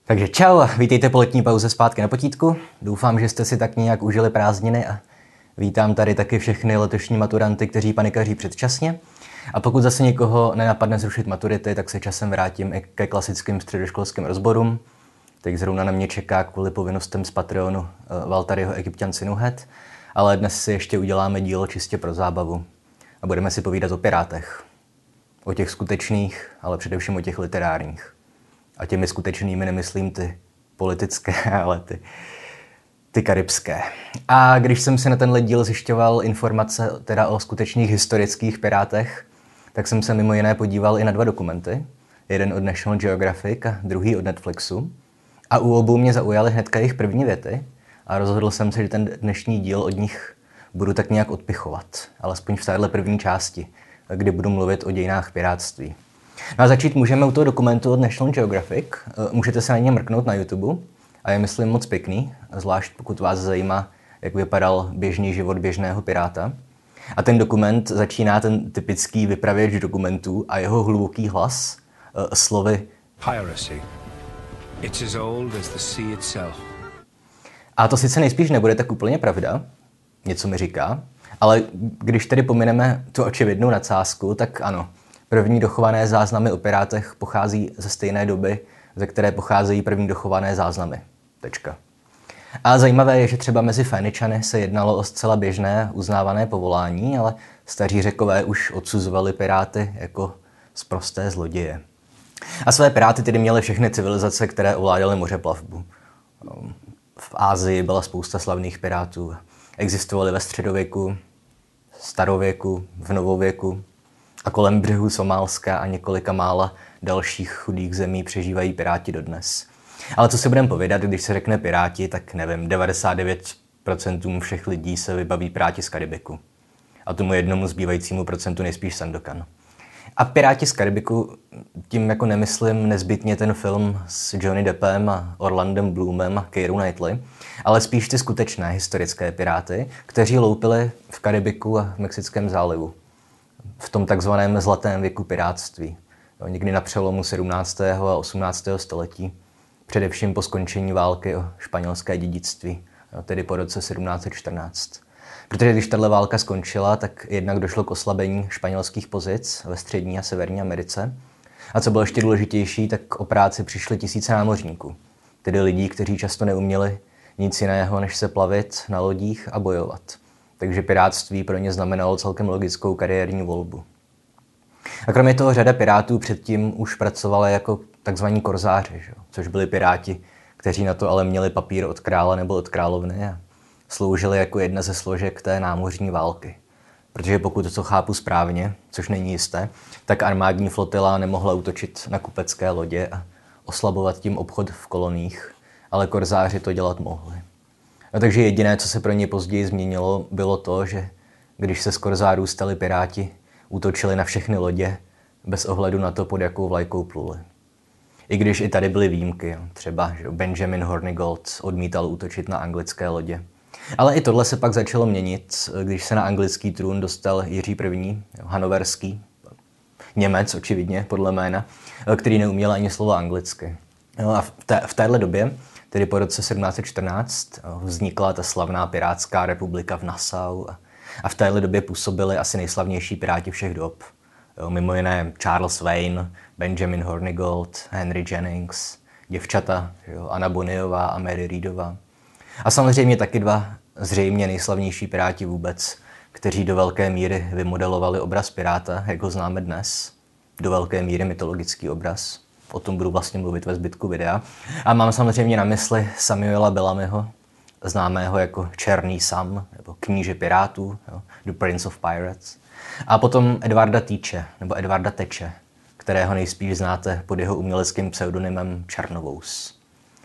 Takže čau a vítejte po letní pauze zpátky na potítku. Doufám, že jste si tak nějak užili prázdniny a vítám tady taky všechny letošní maturanty, kteří panikaří předčasně. A pokud zase někoho nenapadne zrušit maturity, tak se časem vrátím i ke klasickým středoškolským rozborům. Teď zrovna na mě čeká kvůli povinnostem z Patreonu Valtaryho Egypťan Sinuhet, ale dnes si ještě uděláme dílo čistě pro zábavu. A budeme si povídat o pirátech. O těch skutečných, ale především o těch literárních. A těmi skutečnými nemyslím ty politické, ale ty karibské. A když jsem si na tenhle díl zjišťoval informace teda o skutečných historických pirátech, tak jsem se mimo jiné podíval i na 2 dokumenty. Jeden od National Geographic a druhý od Netflixu. A u obou mě zaujaly hnedka jejich první věty a rozhodl jsem se, že ten dnešní díl od nich budu tak nějak odpichovat. Alespoň v téhle první části, kdy budu mluvit o dějinách pirátství. No a začít můžeme u toho dokumentu od National Geographic. Můžete se na ně mrknout na YouTube a je, myslím, moc pěkný, zvlášť pokud vás zajímá, jak vypadal běžný život běžného piráta. A ten dokument začíná ten typický vypravěč dokumentů a jeho hluboký hlas slovy Piracy. It's as old as the sea itself. A to sice nejspíš nebude tak úplně pravda, něco mi říká, ale když tedy pomineme tu očividnou nadsázku, tak ano, první dochované záznamy o pirátech pochází ze stejné doby, ze které pocházejí první dochované záznamy. Tečka. A zajímavé je, že třeba mezi Féničany se jednalo o zcela běžné, uznávané povolání, ale staří Řekové už odsuzovali piráty jako sprosté zloděje. A své piráty tedy měly všechny civilizace, které ovládaly mořeplavbu. V Asii byla spousta slavných pirátů. Existovali ve středověku, starověku, v novověku a kolem břehu Somálska a několika mála dalších chudých zemí přežívají piráti dodnes. Ale co si budeme povědat, když se řekne piráti, tak nevím, 99% všech lidí se vybaví piráti z Karibiku. A tomu jednomu zbývajícímu procentu nejspíš Sandokan. A Piráti z Karibiku, tím jako nemyslím nezbytně ten film s Johnny Deppem a Orlandem Bloomem a Keirou Knightley, ale spíš ty skutečné historické piráty, kteří loupili v Karibiku a v Mexickém zálivu. V tom takzvaném zlatém věku pirátství. Někdy na přelomu 17. a 18. století. Především po skončení války o španělské dědictví, tedy po roce 1714. Protože když tato válka skončila, tak jednak došlo k oslabení španělských pozic ve střední a severní Americe. A co bylo ještě důležitější, tak o práci přišly tisíce námořníků. Tedy lidí, kteří často neuměli nic jiného, než se plavit na lodích a bojovat. Takže pirátství pro ně znamenalo celkem logickou kariérní volbu. A kromě toho řada pirátů předtím už pracovala jako takzvaní korzáři, což byli piráti, kteří na to ale měli papír od krále nebo od královny a sloužili jako jedna ze složek té námořní války. Protože pokud to chápu správně, což není jisté, tak armádní flotila nemohla útočit na kupecké lodě a oslabovat tím obchod v koloních, ale korzáři to dělat mohli. No, takže jediné, co se pro ně později změnilo, bylo to, že když se z korzárů stali piráti, útočili na všechny lodě, bez ohledu na to, pod jakou vlajkou pluli. I když i tady byly výjimky, třeba že Benjamin Hornigold odmítal útočit na anglické lodě. Ale i tohle se pak začalo měnit, když se na anglický trůn dostal Jiří I. Hanoverský, Němec očividně podle jména, který neuměl ani slovo anglicky. No a v téhle době, tedy po roce 1714, vznikla ta slavná pirátská republika v Nassau a v téhle době působili asi nejslavnější piráti všech dob. Mimo jiné Charles Vane, Benjamin Hornigold, Henry Jennings, děvčata, Anna Bonnyová a Mary Readová. A samozřejmě taky 2 zřejmě nejslavnější piráti vůbec, kteří do velké míry vymodelovali obraz piráta, jak ho známe dnes. Do velké míry mytologický obraz. O tom budu vlastně mluvit ve zbytku videa. A mám samozřejmě na mysli Samuela Bellamyho, známého jako Černý Sam, nebo kníže pirátů, The Prince of Pirates. A potom Edvarda Teache, nebo Edvarda Teče, kterého nejspíš znáte pod jeho uměleckým pseudonymem Černovous.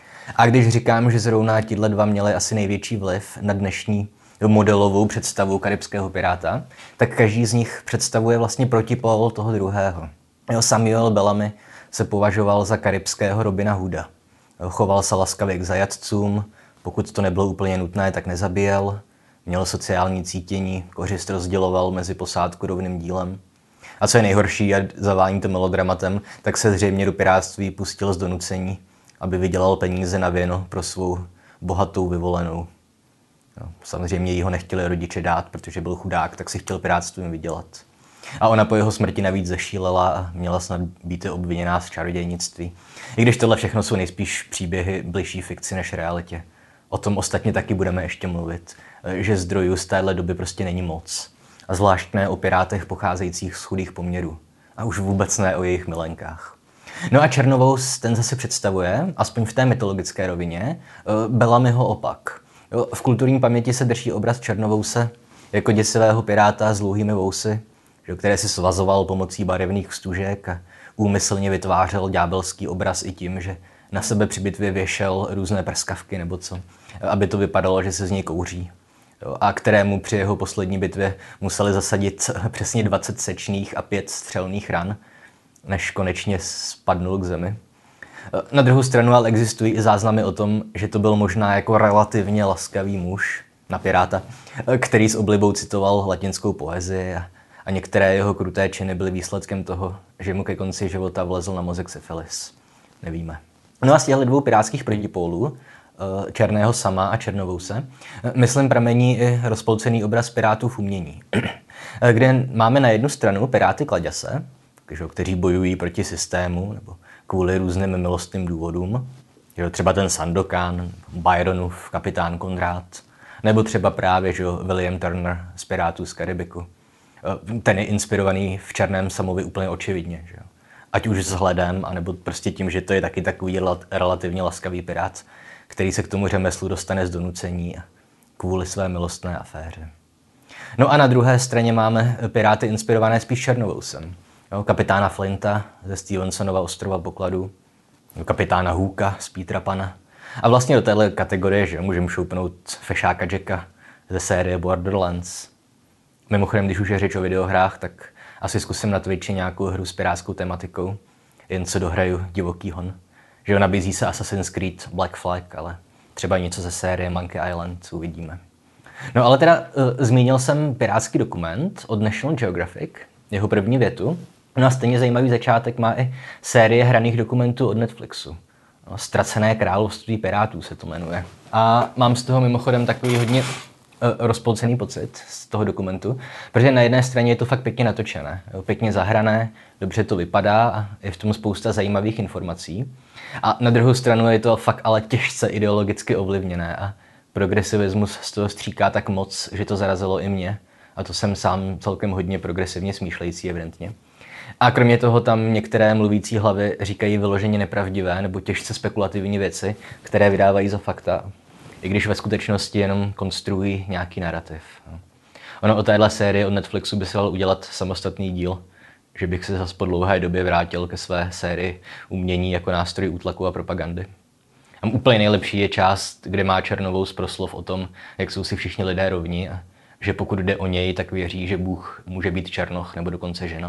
A když říkám, že zrovna tihle 2 měli asi největší vliv na dnešní modelovou představu karibského piráta, tak každý z nich představuje vlastně protipól toho druhého. Samuel Bellamy se považoval za karibského Robina Hooda. Choval se laskavě k zajatcům, pokud to nebylo úplně nutné, tak nezabíjel, měl sociální cítění, kořist rozděloval mezi posádku rovným dílem. A co je nejhorší, a zavání to melodramatem, tak se zřejmě do pirátství pustil z donucení aby vydělal peníze na věno pro svou bohatou vyvolenou. No, samozřejmě jí ho nechtěli rodiče dát, protože byl chudák, tak si chtěl pirátstvím vydělat. A ona po jeho smrti navíc zešílela a měla snad být obviněná z čarodějnictví. I když tohle všechno jsou nejspíš příběhy bližší fikci než realitě. O tom ostatně taky budeme ještě mluvit, že zdrojů z téhle doby prostě není moc. A zvlášť ne o pirátech pocházejících z chudých poměrů. A už vůbec ne o jejich milenkách. No a Černovous ten zase představuje, aspoň v té mytologické rovině, Bellamyho opak. V kulturní paměti se drží obraz Černovouse jako děsivého piráta s dlouhými vousy, které si svazoval pomocí barevných stužek a úmyslně vytvářel ďábelský obraz i tím, že na sebe při bitvě věšel různé prskavky nebo co, aby to vypadalo, že se z něj kouří. A kterému při jeho poslední bitvě museli zasadit přesně 20 sečných a 5 střelných ran, než konečně spadnul k zemi. Na druhou stranu ale existují i záznamy o tom, že to byl možná jako relativně laskavý muž na piráta, který s oblibou citoval latinskou poezii a některé jeho kruté činy byly výsledkem toho, že mu ke konci života vlezl na mozek syfilis. Nevíme. No a z těchto dvou pirátských protipólů, Černého sama a Černovouse, myslím pramení i rozpolcený obraz pirátů v umění, kde máme na jednu stranu piráty kladěse, kteří bojují proti systému nebo kvůli různým milostným důvodům, třeba ten Sandokan, Byronův kapitán Konrád, nebo třeba právě William Turner z Pirátů z Karibiku. Ten je inspirovaný v Černém samovi úplně očividně. Že? Ať už vzhledem, anebo prostě tím, že to je taky takový relativně laskavý pirát, který se k tomu řemeslu dostane z donucení kvůli své milostné aféře. No a na druhé straně máme piráty inspirované spíš Černovousem. Kapitána Flinta ze Stevensonova ostrova pokladů, kapitána Hooka z Petera Pana. A vlastně do téhle kategorie, že můžeme šoupnout fešáka Jacka ze série Borderlands. Mimochodem, když už je řeč o videohrách, tak asi zkusím na Twitchi nějakou hru s pirátskou tematikou, jen co dohraju Divoký hon. Že nabízí se Assassin's Creed Black Flag, ale třeba něco ze série Monkey Island, uvidíme. No ale teda zmínil jsem pirátský dokument od National Geographic, jeho první větu. No a stejně zajímavý začátek má i série hraných dokumentů od Netflixu. Ztracené království pirátů se to jmenuje. A mám z toho mimochodem takový hodně rozpolcený pocit z toho dokumentu, protože na jedné straně je to fakt pěkně natočené, pěkně zahrané, dobře to vypadá a je v tom spousta zajímavých informací. A na druhou stranu je to fakt ale těžce ideologicky ovlivněné a progresivismus z toho stříká tak moc, že to zarazilo i mě. A to jsem sám celkem hodně progresivně smýšlející evidentně. A kromě toho tam některé mluvící hlavy říkají vyloženě nepravdivé nebo těžce spekulativní věci, které vydávají za fakta, i když ve skutečnosti jenom konstruují nějaký narrativ. Ono o téhle sérii od Netflixu by se dal udělat samostatný díl, že bych se zase po dlouhé době vrátil ke své sérii umění jako nástroj útlaku a propagandy. A úplně nejlepší je část, kde má Černovous proslov o tom, jak jsou si všichni lidé rovní a že pokud jde o něj, tak věří, že Bůh může být černoch nebo dokonce žena.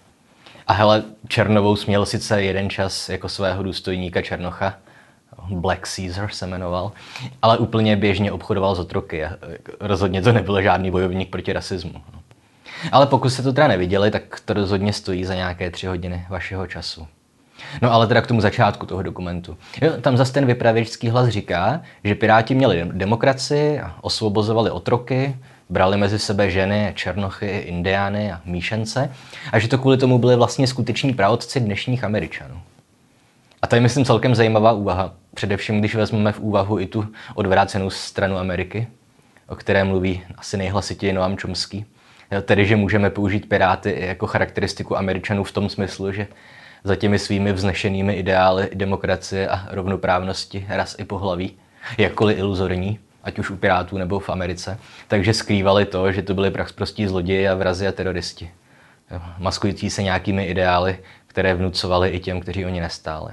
A hele, Černovous měl sice jeden čas jako svého důstojníka černocha, Black Caesar se jmenoval, ale úplně běžně obchodoval s otroky a rozhodně to nebyl žádný bojovník proti rasismu. Ale pokud jste to teda neviděli, tak to rozhodně stojí za nějaké 3 hodiny vašeho času. No ale teda k tomu začátku toho dokumentu. Jo, tam zase ten vypravěčský hlas říká, že piráti měli demokracii, osvobozovali otroky, brali mezi sebe ženy, černochy, indiány a míšence a že to kvůli tomu byli vlastně skuteční praotci dnešních Američanů. A to je, myslím, celkem zajímavá úvaha, především když vezmeme v úvahu i tu odvrácenou stranu Ameriky, o které mluví asi nejhlasitěji Noam Chomsky. Tedy, že můžeme použít piráty jako charakteristiku Američanů v tom smyslu, že za těmi svými vznešenými ideály demokracie a rovnoprávnosti ras i pohlaví, jakkoliv iluzorní, ať už u pirátů nebo v Americe, takže skrývali to, že to byli prachsprostí zloději a vrazi a teroristi. Maskující se nějakými ideály, které vnucovali i těm, kteří o ně nestáli.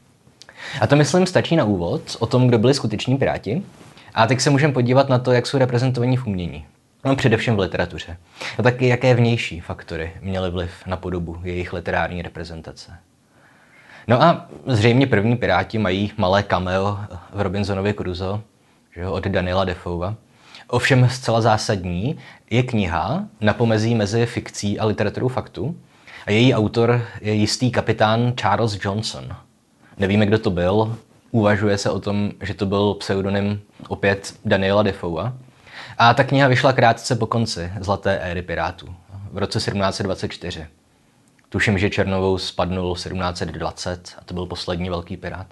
A to, myslím, stačí na úvod o tom, kdo byli skuteční piráti. A teď se můžeme podívat na to, jak jsou reprezentovaní v umění. No, především v literatuře. A taky jaké vnější faktory měly vliv na podobu jejich literární reprezentace. No a zřejmě první piráti mají malé cameo v Robinsonově Crusoe, že jo, od Daniela Defoea. Ovšem zcela zásadní je kniha na pomezí mezi fikcí a literaturou faktu. A její autor je jistý kapitán Charles Johnson. Nevíme, kdo to byl, Uvažuje se o tom, že to byl pseudonym opět Daniela Defoea. A ta kniha vyšla krátce po konci zlaté éry pirátů, v roce 1724. Tuším, že Černovou spadnul 1720 a to byl poslední velký pirát.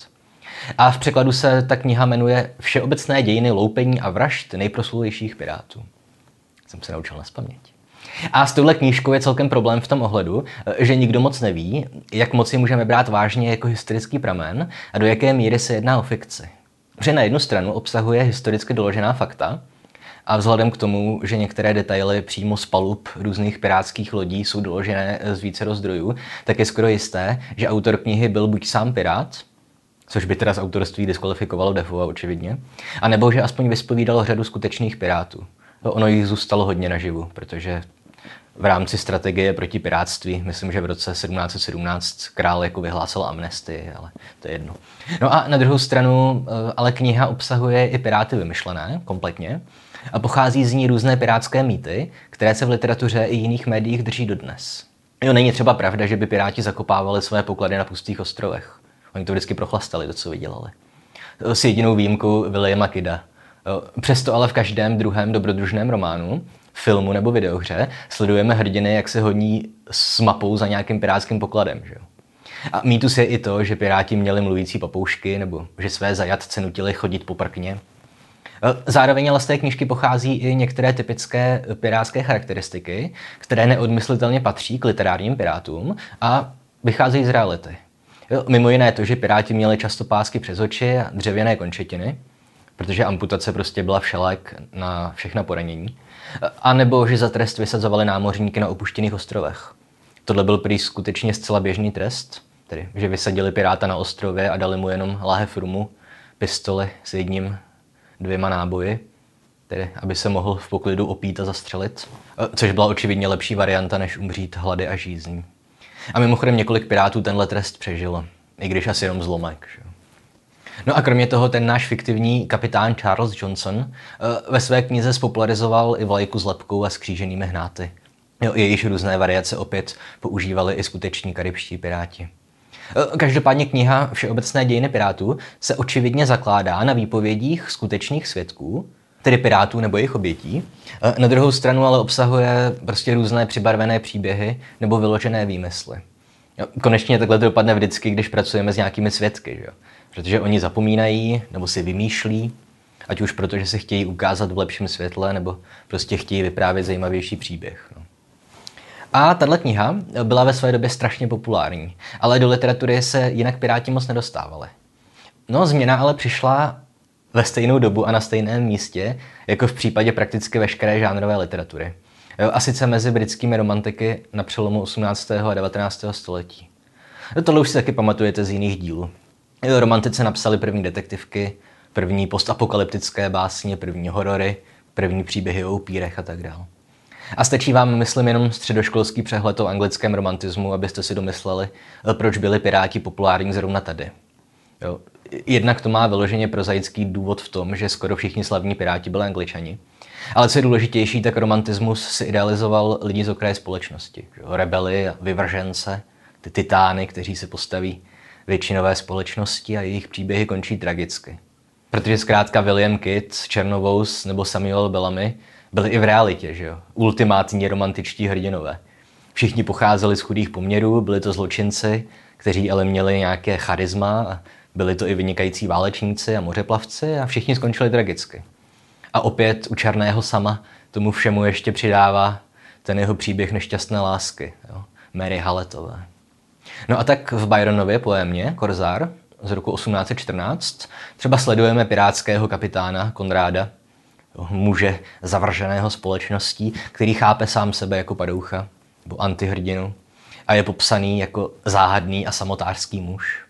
A v překladu se ta kniha jmenuje Všeobecné dějiny loupení a vražd nejproslulejších pirátů. Jsem se naučil nazpaměť. A s touhle knížkou je celkem problém v tom ohledu, že nikdo moc neví, jak moc ji můžeme brát vážně jako historický pramen a do jaké míry se jedná o fikci. Že na jednu stranu obsahuje historicky doložená fakta a vzhledem k tomu, že některé detaily přímo z palub různých pirátských lodí jsou doložené z více zdrojů, tak je skoro jisté, že autor knihy byl buď sám pirát, což by teda z autorství diskvalifikovalo Defoea očividně, anebo že aspoň vyspovídal řadu skutečných pirátů. Ono jich zůstalo hodně naživu, protože v rámci strategie proti pirátství, myslím, že v roce 1717 král jako vyhlásil amnestii, ale to je jedno. No a na druhou stranu, ale kniha obsahuje i piráty vymyšlené, kompletně, a pochází z ní různé pirátské mýty, které se v literatuře i jiných médiích drží dodnes. Jo, není třeba pravda, že by piráti zakopávali své poklady na pustých ostrovech. Oni to vždycky prochlastali, to, co vydělali. S jedinou výjimkou Williama Kidda. Přesto ale v každém druhém dobrodružném románu, filmu nebo videohře sledujeme hrdiny, jak se honí s mapou za nějakým pirátským pokladem. Že? A mýtus je i to, že piráti měli mluvící papoušky nebo že své zajatce nutili chodit po prkně. Zároveň ale z té knížky pochází i některé typické pirátské charakteristiky, které neodmyslitelně patří k literárním pirátům a vycházejí z reality. Mimo jiné to, že piráti měli často pásky přes oči a dřevěné končetiny, protože amputace prostě byla všelék na všechna poranění. A nebo že za trest vysadzovali námořníky na opuštěných ostrovech. Tohle byl prý skutečně zcela běžný trest, tedy že vysadili piráta na ostrově a dali mu jenom láhev rumu, pistoli s 1-2 náboji, tedy aby se mohl v poklidu opít a zastřelit, což byla očividně lepší varianta, než umřít hlady a žízní. A mimochodem několik pirátů tenhle trest přežilo, i když asi jenom zlomek. Že? No a kromě toho ten náš fiktivní kapitán Charles Johnson ve své knize spopularizoval i vlajku s lebkou a skříženými hnáty. Jejíž různé variace opět používali i skuteční karibští piráti. Každopádně kniha Všeobecné dějiny pirátů se očividně zakládá na výpovědích skutečných svědků, tedy pirátů nebo jejich obětí. Na druhou stranu ale obsahuje prostě různé přibarvené příběhy nebo vyložené výmysly. Konečně takhle to dopadne vždycky, když pracujeme s nějakými svědky, že? Protože oni zapomínají nebo si vymýšlí, ať už proto, že se chtějí ukázat v lepším světle, nebo prostě chtějí vyprávět zajímavější příběh. No. A tahle kniha byla ve své době strašně populární, ale do literatury se jinak piráti moc nedostávali. No, změna ale přišla ve stejnou dobu a na stejném místě, jako v případě prakticky veškeré žánrové literatury. A sice mezi britskými romantiky na přelomu 18. a 19. století. Tohle už si taky pamatujete z jiných dílů. Romantici napsali první detektivky, první postapokalyptické básně, první horory, první příběhy o upírech a tak dále. A stačí vám, myslím, jenom středoškolský přehled o anglickém romantismu, abyste si domysleli, proč byli piráti populární zrovna tady. Jo. Jednak to má vyloženě prozaický důvod v tom, že skoro všichni slavní piráti byli Angličani. Ale co je důležitější, tak romantismus si idealizoval lidi z okraje společnosti. Jo. Rebely, vyvržence, ty titány, kteří se postaví většinové společnosti a jejich příběhy končí tragicky. Protože zkrátka William Kidd, Černovous nebo Samuel Bellamy byli i v realitě, že jo? Ultimátní romantičtí hrdinové. Všichni pocházeli z chudých poměrů, byli to zločinci, kteří ale měli nějaké charisma a byli to i vynikající válečníci a mořeplavci a všichni skončili tragicky. A opět u Černého sama tomu všemu ještě přidává ten jeho příběh nešťastné lásky, jo? Mary Halletové. No a tak v Byronově poémě Korzár z roku 1814 třeba sledujeme pirátského kapitána Konráda, muže zavrženého společností, který chápe sám sebe jako padoucha nebo antihrdinu a je popsaný jako záhadný a samotářský muž.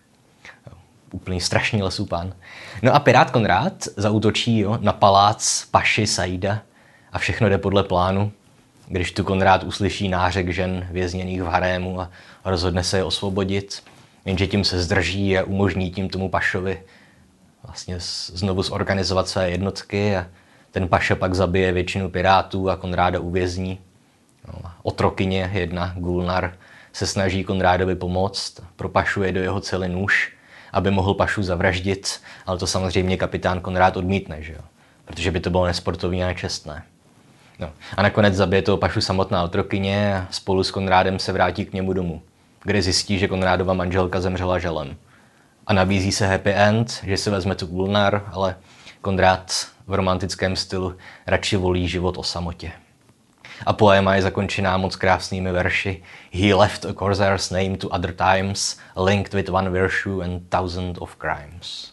Úplný strašný lesůpán. No a pirát Konrád zaútočí na palác paši Saida a všechno jde podle plánu. Když tu Konrád uslyší nářek žen vězněných v harému a rozhodne se je osvobodit, jenže tím se zdrží a umožní tím tomu pašovi vlastně znovu zorganizovat své jednotky a ten paša pak zabije většinu pirátů a Konráda uvězní. No, otrokyně jedna, Gulnar, se snaží Konrádovi pomoct, propašuje do jeho cely nůž aby mohl pašu zavraždit, ale to samozřejmě kapitán Konrád odmítne, že jo? Protože by to bylo nesportovní a nečestné. No. A nakonec zabije toho pašu samotná otrokyně a spolu s Konrádem se vrátí k němu domů, kde zjistí, že Konrádova manželka zemřela žalem. A nabízí se happy end, že si vezme tu Gulnar, ale Konrád v romantickém stylu radši volí život o samotě. A poéma je zakončená moc krásnými verši. He left a corsair's name to other times, linked with one virtue and thousand of crimes.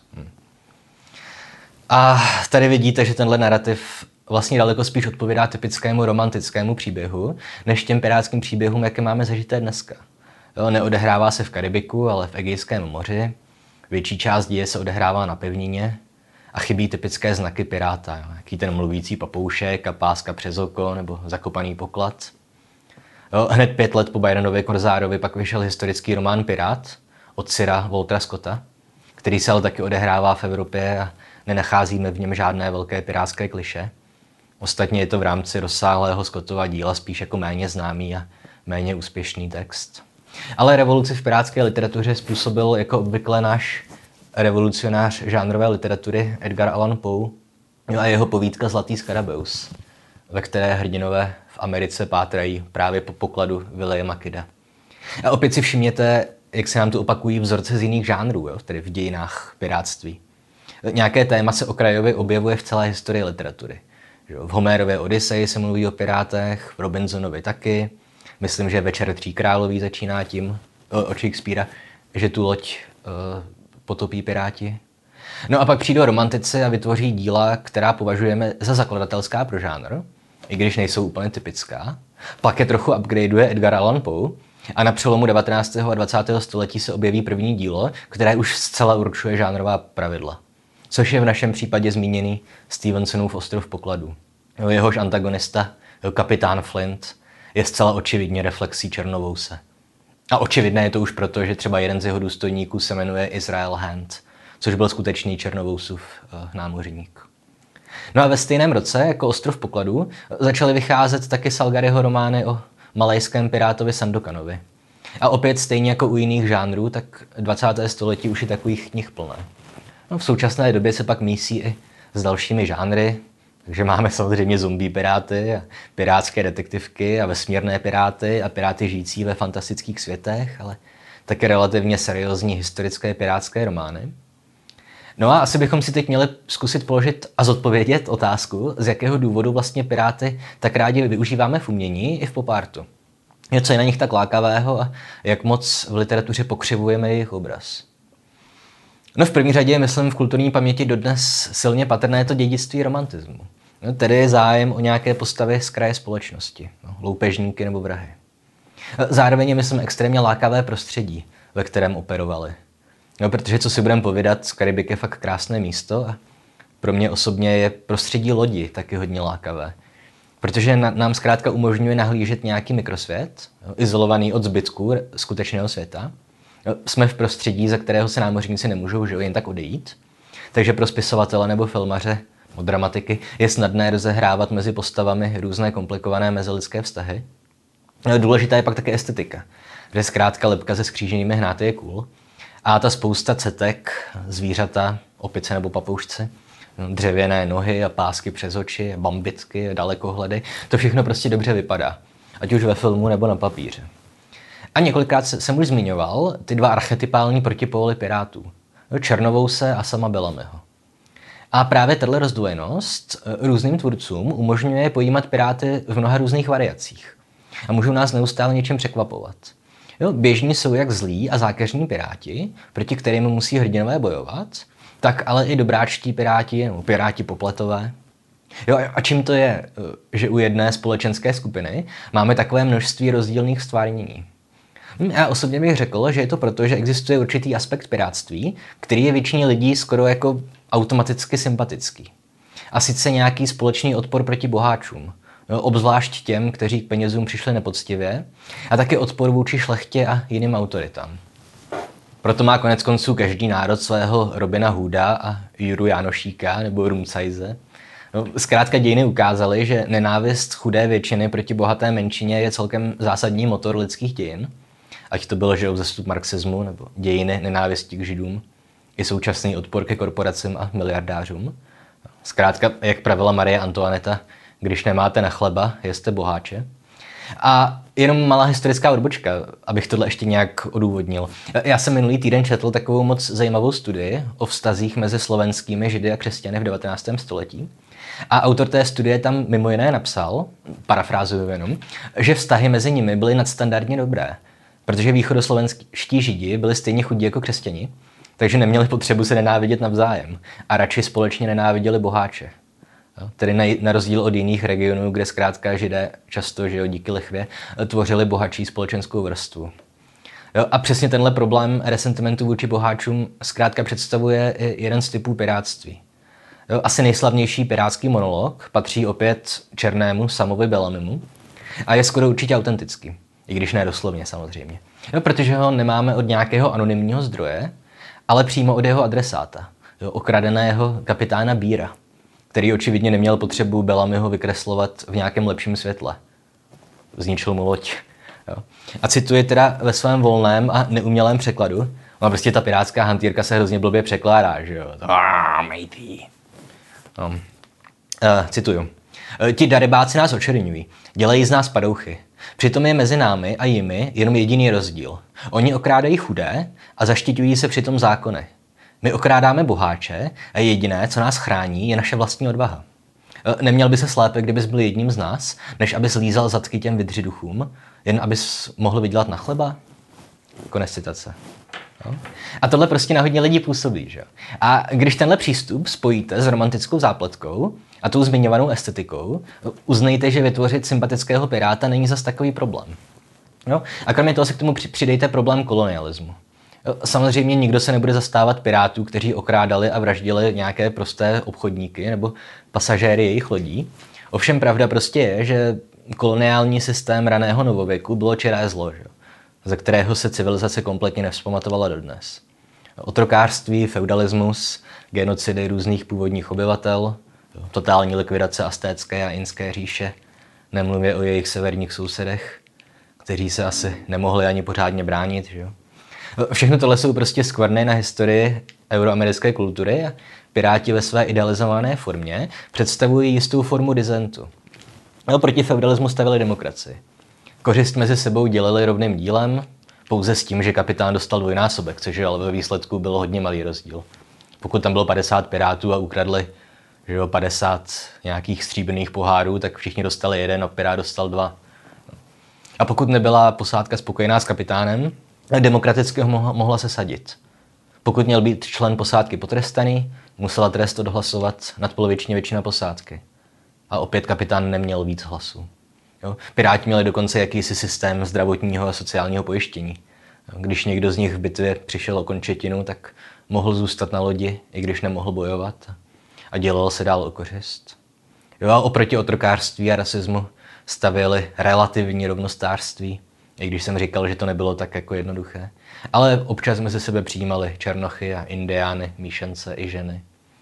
A tady vidíte, že tenhle narrativ vlastně daleko spíš odpovídá typickému romantickému příběhu, než těm pirátským příběhům, jaké máme zažité dneska. Jo, neodehrává se v Karibiku, ale v Egejském moři. Větší část děje se odehrává na pevnině a chybí typické znaky piráta, jaký ten mluvící papoušek a páska přes oko nebo zakopaný poklad. Jo, hned 5 let po Byronově Korzárovi pak vyšel historický román Pirát od Cyra Waltera Scotta, který se ale taky odehrává v Evropě a nenacházíme v něm žádné velké pirátské kliše. Ostatně je to v rámci rozsáhlého Scottova díla spíš jako méně známý a méně úspěšný text. Ale revoluci v pirátské literatuře způsobil jako obvykle náš revolucionář žánrové literatury Edgar Allan Poe a jeho povídka Zlatý skarabeus, ve které hrdinové v Americe pátrají právě po pokladu Williama Kidda. A opět si všimněte, jak se nám tu opakují vzorce z jiných žánrů, jo, tedy v dějinách pirátství. Nějaké téma se okrajově objevuje v celé historii literatury. V Homérově Odyseji se mluví o pirátech, v Robinsonovi taky. Myslím, že Večer 3 královí začíná tím, od Shakespearea, že tu loď potopí piráti. No a pak přijdou romantici a vytvoří díla, která považujeme za zakladatelská pro žánr, i když nejsou úplně typická. Pak je trochu upgradeuje Edgar Allan Poe a na přelomu 19. a 20. století se objeví první dílo, které už zcela určuje žánrová pravidla. Což je v našem případě zmíněný Stevensonův Ostrov pokladů. Jehož antagonista, kapitán Flint, je zcela očividně reflexí Černovouse. A očividné je to už proto, že třeba jeden z jeho důstojníků se jmenuje Israel Hand, což byl skutečný Černovousův námořník. No a ve stejném roce, jako Ostrov pokladů, začaly vycházet taky Salgaryho romány o malajském pirátovi Sandokanovi. A opět stejně jako u jiných žánrů, tak 20. století už je takových knih plné. No, v současné době se pak mísí i s dalšími žánry, takže máme samozřejmě zombie piráty a pirátské detektivky a vesmírné piráty a piráty žijící ve fantastických světech, ale také relativně seriózní historické pirátské romány. No a asi bychom si teď měli zkusit položit a zodpovědět otázku, z jakého důvodu vlastně piráty tak rádi využíváme v umění i v popartu. Co je na nich tak lákavého a jak moc v literatuře pokřivujeme jejich obraz. No v první řadě myslím v kulturní paměti dodnes silně patrné to dědictví romantismu. No, tedy je zájem o nějaké postavy z kraje společnosti, loupežníky nebo vrahy. Zároveň je myslím extrémně lákavé prostředí, ve kterém operovali. No, protože co si budeme povídat, Karibik je fakt krásné místo a pro mě osobně je prostředí lodi taky hodně lákavé. Protože nám zkrátka umožňuje nahlížet nějaký mikrosvět, izolovaný od zbytků skutečného světa. Jsme v prostředí, za kterého se námořníci nemůžou jen tak odejít. Takže pro spisovatele nebo filmaře, dramatiky, je snadné rozehrávat mezi postavami různé komplikované mezilidské vztahy. Důležitá je pak také estetika, kde zkrátka lebka se skříženými hnáty je cool. A ta spousta cetek, zvířata, opice nebo papoušci, dřevěné nohy a pásky přes oči, bambitky, dalekohledy, to všechno prostě dobře vypadá. Ať už ve filmu nebo na papíře. A několikrát jsem už zmiňoval ty dva archetypální protipóly pirátů. Černovouse a sama Bellamyho. A právě tato rozdvojenost různým tvůrcům umožňuje pojímat piráty v mnoha různých variacích. A můžou nás neustále něčem překvapovat. Jo, běžní jsou jak zlí a zákeřní piráti, proti kterým musí hrdinové bojovat, tak ale i dobráčtí piráti, nebo piráti popletové. Jo, a čím to je, že u jedné společenské skupiny máme takové množství rozdílných stvárnění? Já osobně bych řekl, že je to proto, že existuje určitý aspekt pirátství, který je většině lidí skoro jako automaticky sympatický. A sice nějaký společný odpor proti boháčům, obzvlášť těm, kteří k penězům přišli nepoctivě, a taky odpor vůči šlechtě a jiným autoritám. Proto má konec konců každý národ svého Robina Hooda a Juru Jánošíka nebo Rumcajze. Zkrátka dějiny ukázaly, že nenávist chudé většiny proti bohaté menšině je celkem zásadní motor lidských dějin. Ať to byl vzestup marxismu nebo dějiny nenávisti k Židům. i současný odpor ke korporacím a miliardářům. Zkrátka, jak pravila Marie Antoineta, když nemáte na chleba, jeste boháče. A jenom malá historická odbočka, abych tohle ještě nějak odůvodnil. Já jsem minulý týden četl takovou moc zajímavou studii o vztazích mezi slovenskými židy a křesťany v 19. století. A autor té studie tam mimo jiné napsal, parafrázuju jenom, že vztahy mezi nimi byly nadstandardně dobré, protože východoslovenští židi byli stejně chudí jako křesťani, takže neměli potřebu se nenávidět navzájem a radši společně nenáviděli boháče. Tedy na rozdíl od jiných regionů, kde zkrátka židé často, že jo, díky lichvě, tvořili bohatší společenskou vrstvu. Jo, a přesně tenhle problém resentimentu vůči boháčům zkrátka představuje jeden z typů pirátství. Jo, asi nejslavnější pirátský monolog patří opět černému Samovi Bellamimu a je skoro určitě autentický, i když ne doslovně samozřejmě. Jo, protože ho nemáme od nějakého anonymního zdroje, ale přímo od jeho adresáta, jo, okradeného kapitána Bíra, který očividně neměl potřebu Bellamiho vykreslovat v nějakém lepším světle. Zničil mu loď. Jo. A cituje teda ve svém volném a neumělém překladu. No prostě ta pirátská hantýrka se hrozně blbě překládá, že jo. Matey. No. Cituju. Ti darebáci nás očerňují, dělají z nás padouchy. Přitom je mezi námi a jimi jenom jediný rozdíl. Oni okrádají chudé a zaštiťují se přitom zákony. My okrádáme boháče a jediné, co nás chrání, je naše vlastní odvaha. Neměl by se lépe, kdybys byl jedním z nás, než abys lízal zadky těm vydřiduchům, jen abys mohl vydělat na chleba? Konec citace. No. A tohle prostě na hodně lidí působí, že? A když tenhle přístup spojíte s romantickou zápletkou a tou zmiňovanou estetikou, uznejte, že vytvořit sympatického piráta není zas takový problém. No. A kromě toho se k tomu přidejte problém kolonialismu. Samozřejmě nikdo se nebude zastávat pirátů, kteří okrádali a vraždili nějaké prosté obchodníky nebo pasažéry jejich lodí. Ovšem pravda prostě je, že koloniální systém raného novověku bylo čiré zlo, že? Ze kterého se civilizace kompletně nevzpamatovala dodnes. Otrokářství, feudalismus, genocidy různých původních obyvatel, totální likvidace aztécké a inské říše, nemluvě o jejich severních sousedech, kteří se asi nemohli ani pořádně bránit, že jo. Všechno tohle jsou prostě skvrny na historii euroamerické kultury a piráti ve své idealizované formě představují jistou formu disentu. Proti feudalismu stavili demokracii. Kořist mezi sebou dělili rovným dílem, pouze s tím, že kapitán dostal dvojnásobek, což ale ve výsledku byl hodně malý rozdíl. Pokud tam bylo 50 pirátů a ukradli, že jo, 50 nějakých stříbrných pohárů, tak všichni dostali jeden a pirát dostal 2. A pokud nebyla posádka spokojená s kapitánem, demokraticky ho mohla sesadit. Pokud měl být člen posádky potrestaný, musela trest odhlasovat nadpoloviční většina posádky. A opět kapitán neměl víc hlasů. Jo? Piráti měli dokonce jakýsi systém zdravotního a sociálního pojištění. Když někdo z nich v bitvě přišel o končetinu, tak mohl zůstat na lodi, i když nemohl bojovat. A dělal se dál o kořist. Jo? A oproti otrokářství a rasismu stavěli relativní rovnostářství, i když jsem říkal, že to nebylo tak jako jednoduché. Ale občas jsme se sebe přijímali černochy a indiány, míšence i ženy.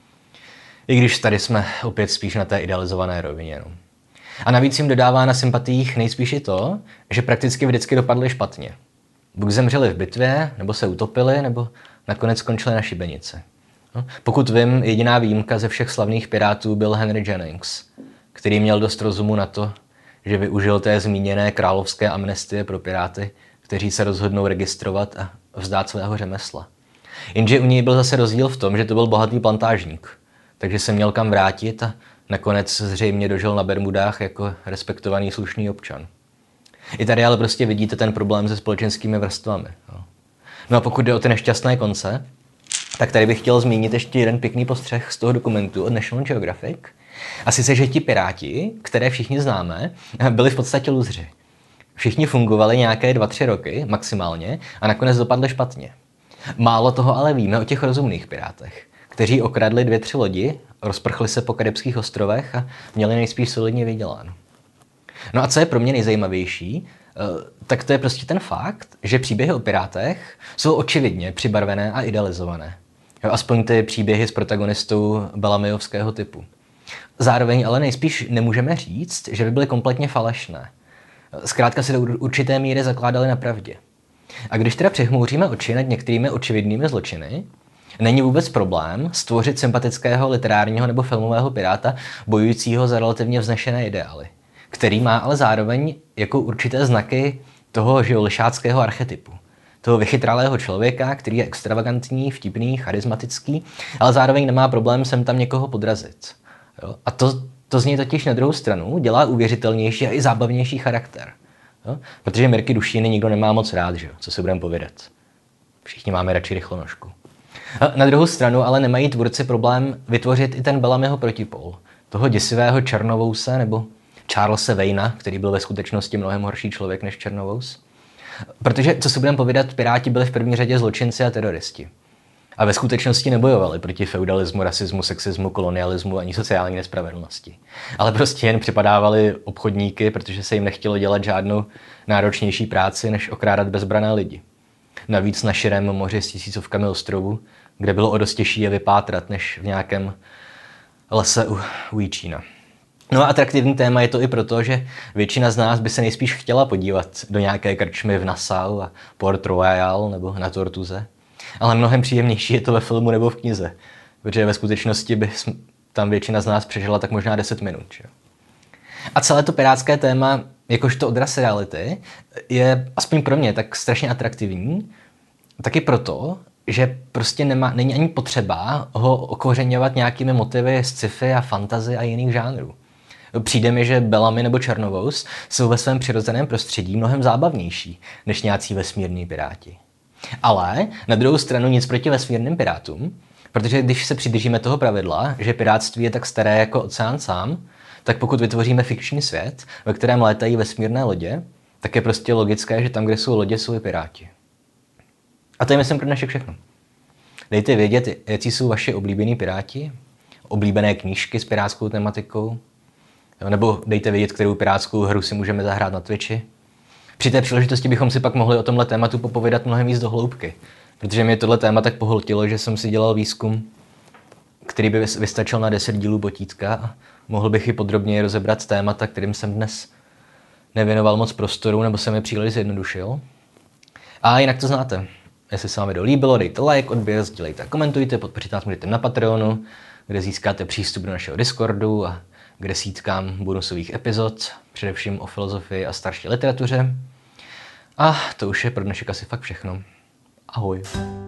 I když tady jsme opět spíš na té idealizované rovině. No. A navíc jim dodává na sympatiích nejspíš i to, že prakticky vždycky dopadly špatně. Buď zemřeli v bitvě, nebo se utopili, nebo nakonec skončili na šibenici. No. Pokud vím, jediná výjimka ze všech slavných pirátů byl Henry Jennings, který měl dost rozumu na to, že využil té zmíněné královské amnestie pro piráty, kteří se rozhodnou registrovat a vzdát svého řemesla. Jenže u něj byl zase rozdíl v tom, že to byl bohatý plantážník, takže se měl kam vrátit a nakonec zřejmě dožil na Bermudách jako respektovaný slušný občan. I tady ale prostě vidíte ten problém se společenskými vrstvami. No a pokud jde o ty nešťastné konce, tak tady bych chtěl zmínit ještě jeden pěkný postřeh z toho dokumentu od National Geographic. A sice, že ti piráti, které všichni známe, byli v podstatě luzři. Všichni fungovali nějaké 2-3 roky maximálně a nakonec dopadli špatně. Málo toho ale víme o těch rozumných pirátech, kteří okradli 2-3 lodi, rozprchli se po Karibských ostrovech a měli nejspíš solidně vyděláno. No a co je pro mě nejzajímavější, tak to je prostě ten fakt, že příběhy o pirátech jsou očividně přibarvené a idealizované. Aspoň ty příběhy s protagonistou Bellamyovského typu. Zároveň ale nejspíš nemůžeme říct, že by byly kompletně falešné. Zkrátka se do určité míry zakládaly na pravdě. A když teda přehmouříme oči nad některými očividnými zločiny, Není vůbec problém stvořit sympatického literárního nebo filmového piráta bojujícího za relativně vznešené ideály, který má ale zároveň jako určité znaky toho lišáckého archetypu. Toho vychytralého člověka, který je extravagantní, vtipný, charismatický, ale zároveň nemá problém sem tam někoho podrazit. Jo? A to z něj totiž na druhou stranu dělá uvěřitelnější a i zábavnější charakter. Jo? Protože Mirky Dušíny nikdo nemá moc rád, že jo? Co si budeme povědět. Všichni máme radši rychlonožku. A na druhou stranu ale nemají tvůrci problém vytvořit i ten Bellamyho protipol. Toho děsivého Černovouse nebo Charlesa Wayna, který byl ve skutečnosti mnohem horší člověk než Černovous. Protože, co si budeme povídat, piráti byli v první řadě zločinci a teroristi. A ve skutečnosti nebojovali proti feudalismu, rasismu, sexismu, kolonialismu ani sociální nespravedlnosti. Ale prostě jen připadávali obchodníky, protože se jim nechtělo dělat žádnou náročnější práci, než okrádat bezbrané lidi. Navíc na širém moři s tisícovkami ostrovů, kde bylo o dost těžší je vypátrat, než v nějakém lese u Jičína. No a atraktivní téma je to i proto, že většina z nás by se nejspíš chtěla podívat do nějaké krčmy v Nassau a Port Royal nebo na Tortuze. Ale mnohem příjemnější je to ve filmu nebo v knize, protože ve skutečnosti by tam většina z nás přežila tak možná 10 minut. Že? A celé to pirátské téma, jakožto odraz reality, je aspoň pro mě tak strašně atraktivní, taky proto, že prostě není ani potřeba ho okořeňovat nějakými motivy z sci-fi a fantasy a jiných žánrů. Přijde mi, že Bellamy nebo Černovous jsou ve svém přirozeném prostředí mnohem zábavnější než nějací vesmírní piráti. Ale na druhou stranu nic proti vesmírným pirátům, protože když se přidržíme toho pravidla, že pirátství je tak staré jako oceán sám, tak pokud vytvoříme fikční svět, ve kterém létají vesmírné lodě, tak je prostě logické, že tam, kde jsou lodě, jsou i piráti. A to je, myslím, pro dnešek všechno. Dejte vědět, jaký jsou vaši oblíbení piráti, oblíbené knížky s pirátskou tematikou, nebo dejte vědět, kterou pirátskou hru si můžeme zahrát na Twitchi. Při té příležitosti bychom si pak mohli o tomhle tématu popovědat mnohem víc do hloubky, protože mě tohle téma tak pohltilo, že jsem si dělal výzkum, který by vystačil na 10 dílů Botítka a mohl bych i podrobněji rozebrat témata, kterým jsem dnes nevěnoval moc prostoru, nebo jsem je příliš zjednodušil. A jinak to znáte. Jestli se vám video líbilo, dejte like, odběr, sdílejte a komentujte, podpořit nás můžete na Patreonu, kde získáte přístup do našeho Discordu a k desítkám bonusových epizod, především o filozofii a starší literatuře. A to už je pro dnešek asi fakt všechno. Ahoj.